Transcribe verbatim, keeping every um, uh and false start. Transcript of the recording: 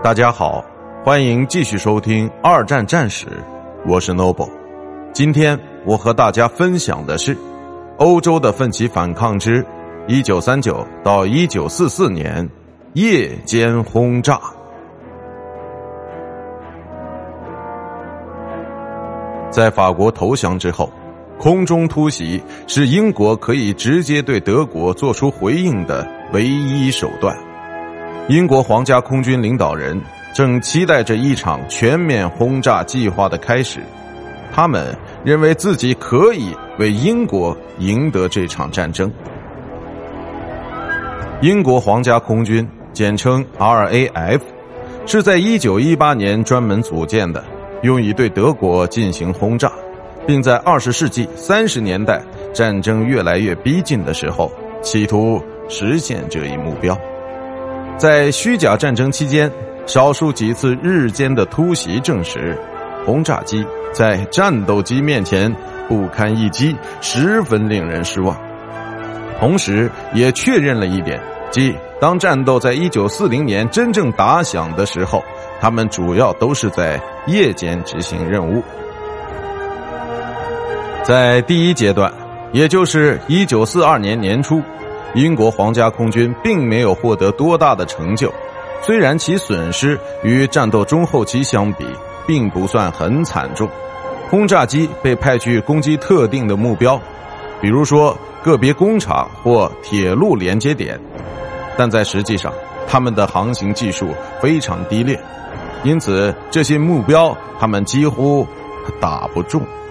大家好，欢迎继续收听二战战史，我是 Noble。 今天我和大家分享的是欧洲的奋起反抗之一九三九到一九四四年夜间轰炸。在法国投降之后，空中突袭是英国可以直接对德国做出回应的唯一手段。英国皇家空军领导人正期待着一场全面轰炸计划的开始，他们认为自己可以为英国赢得这场战争。英国皇家空军简称 R A F 是在一九一八年专门组建的，用以对德国进行轰炸，并在二十世纪三十年代战争越来越逼近的时候企图实现这一目标。在虚假战争期间，少数几次日间的突袭证实，轰炸机在战斗机面前不堪一击，十分令人失望。同时也确认了一点，即当战斗在一九四零年真正打响的时候，他们主要都是在夜间执行任务。在第一阶段，也就是一九四二年年初，英国皇家空军并没有获得多大的成就，虽然其损失与战斗中后期相比并不算很惨重，轰炸机被派去攻击特定的目标，比如说个别工厂或铁路连接点，但在实际上他们的航行技术非常低劣，因此这些目标他们几乎打不中。